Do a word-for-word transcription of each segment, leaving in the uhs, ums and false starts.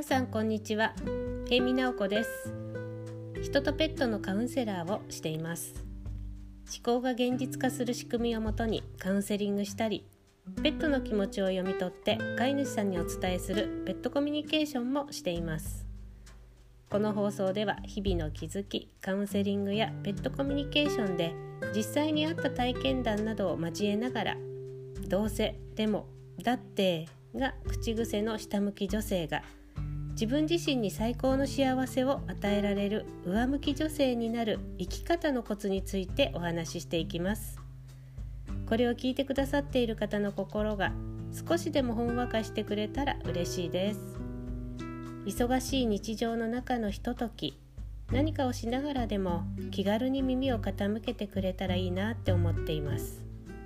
さんこんにちは。平見直子です。人とペットのカウンセラーをしています。思考が現実化する仕組みをもとにカウンセリングしたり、ペットの気持ちを読み取って飼い主さんにお伝えするペットコミュニケーションもしています。この放送では日々の気づき、カウンセリングやペットコミュニケーションで実際にあった体験談などを交えながら、どうせ、でも、だってが口癖の下向き女性が自分自身に最高の幸せを与えられる上向き女性になる生き方のコツについてお話ししていきます。これを聞いてくださっている方の心が少しでもほんわかしてくれたら嬉しいです。忙しい日常の中のひととき、何かをしながらでも気軽に耳を傾けてくれたらいいなって思っています。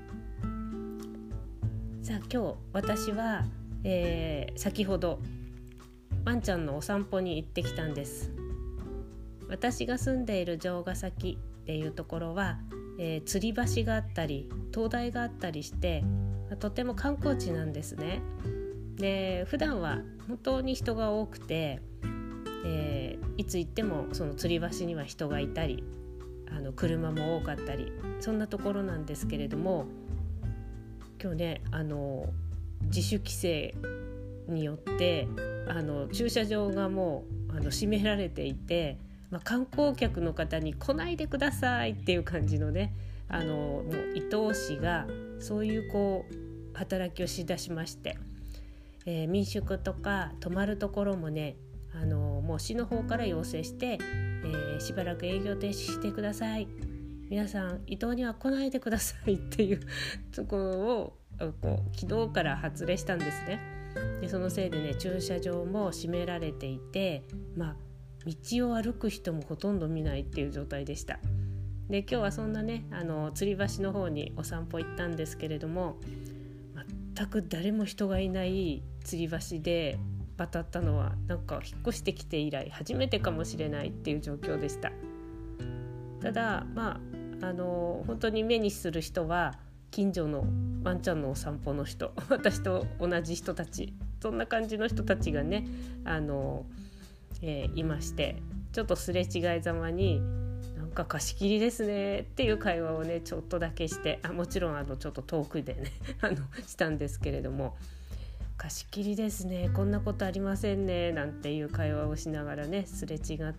さあ今日私は、えー、先ほどワンちゃんのお散歩に行ってきたんです。私が住んでいる城ヶ崎っていうところは、えー、吊り橋があったり灯台があったりしてとても観光地なんですね。で普段は本当に人が多くて、えー、いつ行ってもその吊り橋には人がいたり、あの車も多かったり、そんなところなんですけれども、今日ねあの自主規制によってあの駐車場がもうあの閉められていて、まあ、観光客の方に来ないでくださいっていう感じのね、あのもう伊東市がそういうこう働きをしだしまして、えー、民宿とか泊まるところもね、あのもう市の方から要請して、えー、しばらく営業停止してください、皆さん伊東には来ないでくださいっていうところをこう昨日から発令したんですね。でそのせいでね駐車場も閉められていて、まあ、道を歩く人もほとんど見ないっていう状態でした。で今日はそんなねあの吊り橋の方にお散歩行ったんですけれども、全く誰も人がいない吊り橋で渡ったのはなんか引っ越してきて以来初めてかもしれないっていう状況でした。ただまああの本当に目にする人は近所のワンちゃんのお散歩の人、私と同じ人たち、そんな感じの人たちがねあの、えー、いまして、ちょっとすれ違いざまになんか貸し切りですねっていう会話をねちょっとだけして、あもちろんあのちょっと遠くでねあのしたんですけれども、貸し切りですね、こんなことありませんねなんていう会話をしながらねすれ違って、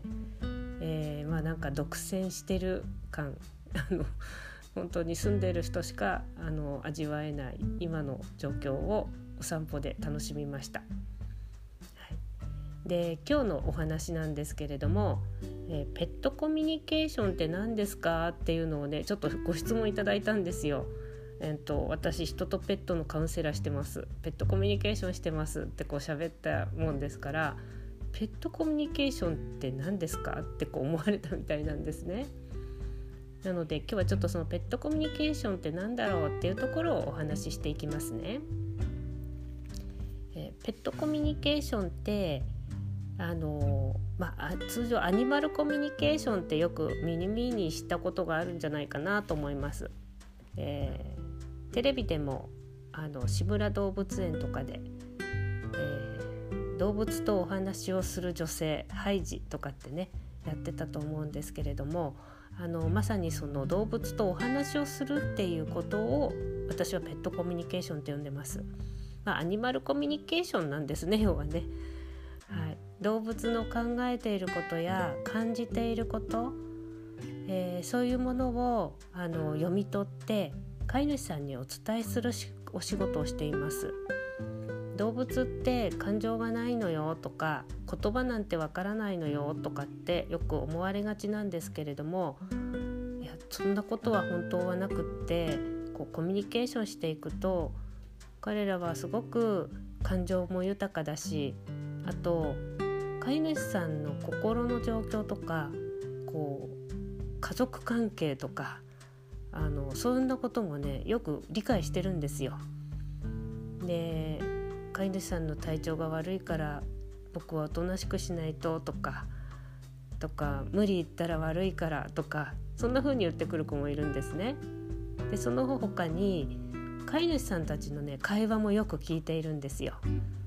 えー、まあなんか独占してる感あの本当に住んでいる人しかあの味わえない今の状況をお散歩で楽しみました。はい、で今日のお話なんですけれども、えー、ペットコミュニケーションって何ですかっていうのをねちょっとご質問いただいたんですよ。えー、と私人とペットのカウンセラーしてます、ペットコミュニケーションしてますってこう喋ったもんですから、ペットコミュニケーションって何ですかってこう思われたみたいなんですね。なので今日はちょっとそのペットコミュニケーションって何だろうっていうところをお話ししていきますね。えー、ペットコミュニケーションってあのーまあ、通常アニマルコミュニケーションってよく耳にしたことがあるんじゃないかなと思います。えー、テレビでもあの志村動物園とかで、えー、動物とお話をする女性ハイジとかってねやってたと思うんですけれども、あのまさにその動物とお話をするっていうことを私はペットコミュニケーションって呼んでます。まあ、アニマルコミュニケーションなんですね、要はね。はい、動物の考えていることや感じていること、えー、そういうものをあの読み取って飼い主さんにお伝えするお仕事をしています。動物って感情がないのよとか言葉なんてわからないのよとかってよく思われがちなんですけれども、いやそんなことは本当はなくって、こうコミュニケーションしていくと彼らはすごく感情も豊かだし、あと飼い主さんの心の状況とかこう家族関係とかあのそんなこともねよく理解してるんですよ。で飼い主さんの体調が悪いから僕はおとなしくしないととかとか無理言ったら悪いからとか、そんな風に言ってくる子もいるんですね。でその他に飼い主さんたちのね会話もよく聞いているんですよ。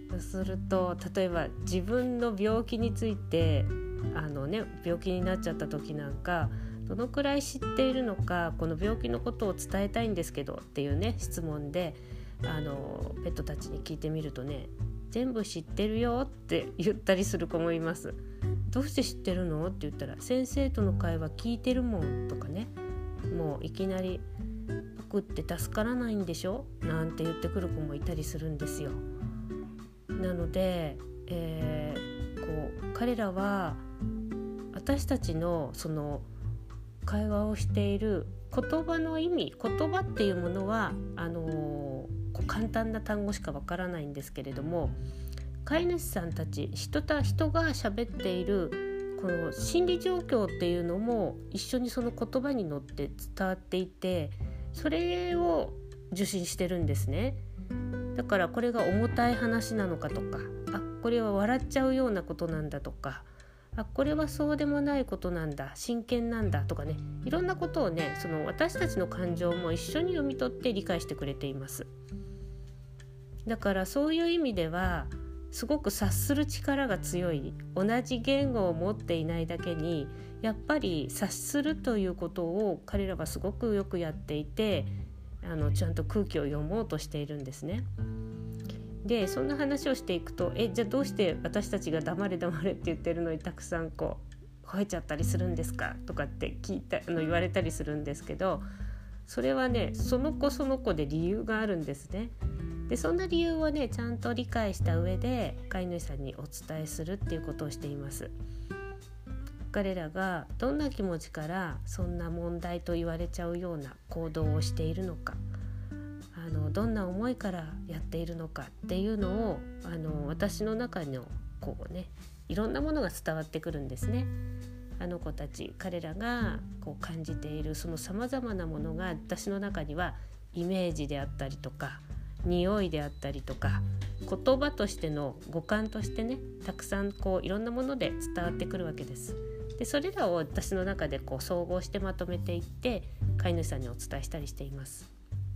そうすると例えば自分の病気についてあの、ね、病気になっちゃった時なんかどのくらい知っているのか、この病気のことを伝えたいんですけどっていうね質問であのペットたちに聞いてみるとね、全部知ってるよって言ったりする子もいます。どうして知ってるのって言ったら、先生との会話聞いてるもんとかね、もういきなり僕って助からないんでしょなんて言ってくる子もいたりするんですよ。なので、えー、こう彼らは私たちのその会話をしている言葉の意味、言葉っていうものはあのー、こう簡単な単語しかわからないんですけれども、飼い主さんたち 人, た人が喋っているこの心理状況っていうのも一緒にその言葉に乗って伝わっていて、それを受信してるんですね。だからこれが重たい話なのかとか、あこれは笑っちゃうようなことなんだとか、あこれはそうでもないことなんだ、真剣なんだとかね、いろんなことをね、その私たちの感情も一緒に読み取って理解してくれています。だからそういう意味ではすごく察する力が強い、同じ言語を持っていないだけにやっぱり察するということを彼らはすごくよくやっていて、あのちゃんと空気を読もうとしているんですね。でそんな話をしていくと、えじゃあどうして私たちが黙れ黙れって言ってるのにたくさんこう吠えちゃったりするんですかとかって聞いたあの言われたりするんですけど、それはねその子その子で理由があるんですね。でそんな理由をねちゃんと理解した上で飼い主さんにお伝えするっていうことをしています。彼らがどんな気持ちからそんな問題と言われちゃうような行動をしているのか、あのどんな思いからやっているのかっていうのをあの私の中のこうねいろんなものが伝わってくるんですね。あの子たち彼らがこう感じているそのさまざまなものが私の中にはイメージであったりとか匂いであったりとか言葉としての五感としてねたくさんこういろんなもので伝わってくるわけです。でそれらを私の中でこう総合してまとめていって飼い主さんにお伝えしたりしています。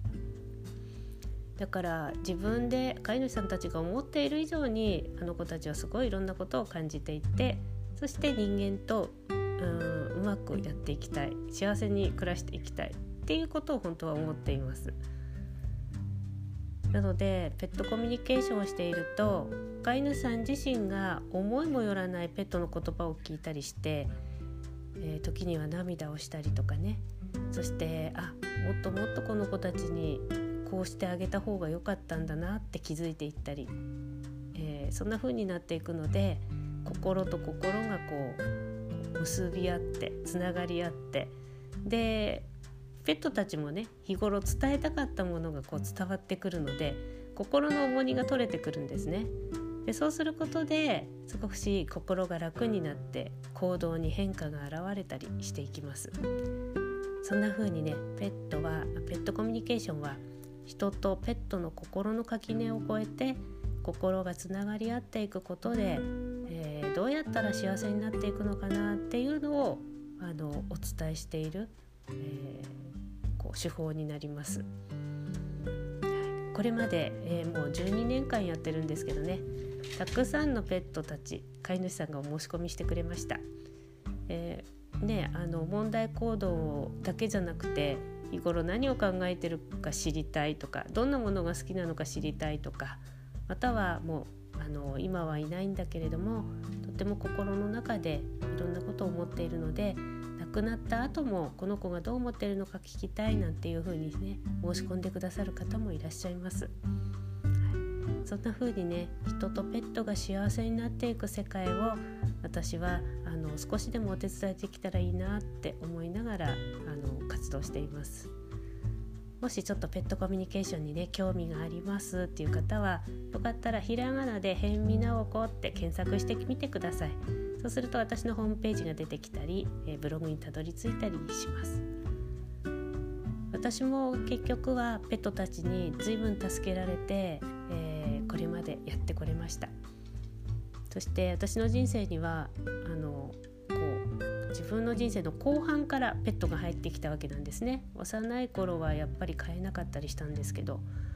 だから自分で飼い主さんたちが思っている以上にあの子たちはすごいいろんなことを感じていて、そして人間とうーんうまくやっていきたい、幸せに暮らしていきたいっていうことを本当は思っています。なのでペットコミュニケーションをしていると飼い主さん自身が思いもよらないペットの言葉を聞いたりして、えー、時には涙をしたりとかね、そしてあもっともっとこの子たちにこうしてあげた方が良かったんだなって気づいていったり、えー、そんな風になっていくので心と心がこう結び合ってつながり合って、でペットたちもね日頃伝えたかったものがこう伝わってくるので心の重荷が取れてくるんですね。でそうすることで少し心が楽になって行動に変化が現れたりしていきます。そんな風にねペットはペットコミュニケーションは人とペットの心の垣根を越えて心がつながり合っていくことで、えー、どうやったら幸せになっていくのかなっていうのをあのお伝えしている、えー、こう手法になります。これまで、えー、もうじゅうにねんかんやってるんですけどね、たくさんのペットたち飼い主さんがお申し込みしてくれました。えーね、あの問題行動だけじゃなくて日頃何を考えてるか知りたいとか、どんなものが好きなのか知りたいとか、またはもうあの今はいないんだけれどもとても心の中でいろんなことを思っているので、亡くなった後もこの子がどう思っているのか聞きたいなんていうふうにね申し込んでくださる方もいらっしゃいます。はい、そんな風にね人とペットが幸せになっていく世界を私はあの少しでもお手伝いできたらいいなって思いながらあの活動しています。もしちょっとペットコミュニケーションにね興味がありますっていう方はよかったらひらがなでへんみなおこって検索してみてください。そうすると私のホームページが出てきたり、えブログにたどり着いたりします。私も結局はペットたちに随分助けられて、えー、これまでやってこれました。そして私の人生にはあのこう自分の人生の後半からペットが入ってきたわけなんですね。幼い頃はやっぱり飼えなかったりしたんですけど、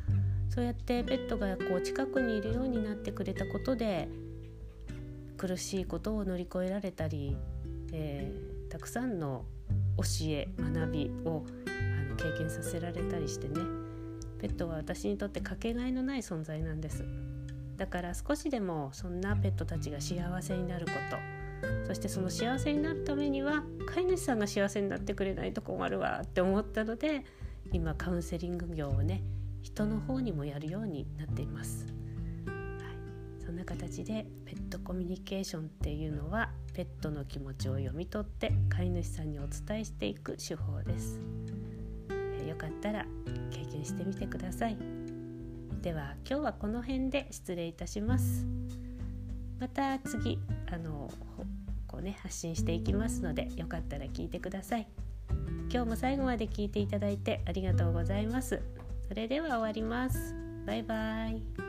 そうやってペットがこう近くにいるようになってくれたことで、苦しいことを乗り越えられたり、えー、たくさんの教え学びをあの経験させられたりしてね、ペットは私にとってかけがえのない存在なんです。だから少しでもそんなペットたちが幸せになること、そしてその幸せになるためには飼い主さんが幸せになってくれないと困るわって思ったので、今カウンセリング業をね、人の方にもやるようになっています。はい、そんな形でペットコミュニケーションっていうのは、ペットの気持ちを読み取って飼い主さんにお伝えしていく手法です。えー、よかったら経験してみてください。では今日はこの辺で失礼いたします。また次あのこう、ね、発信していきますので、よかったら聞いてください。今日も最後まで聞いていただいてありがとうございます。それでは終わります。バイバイ。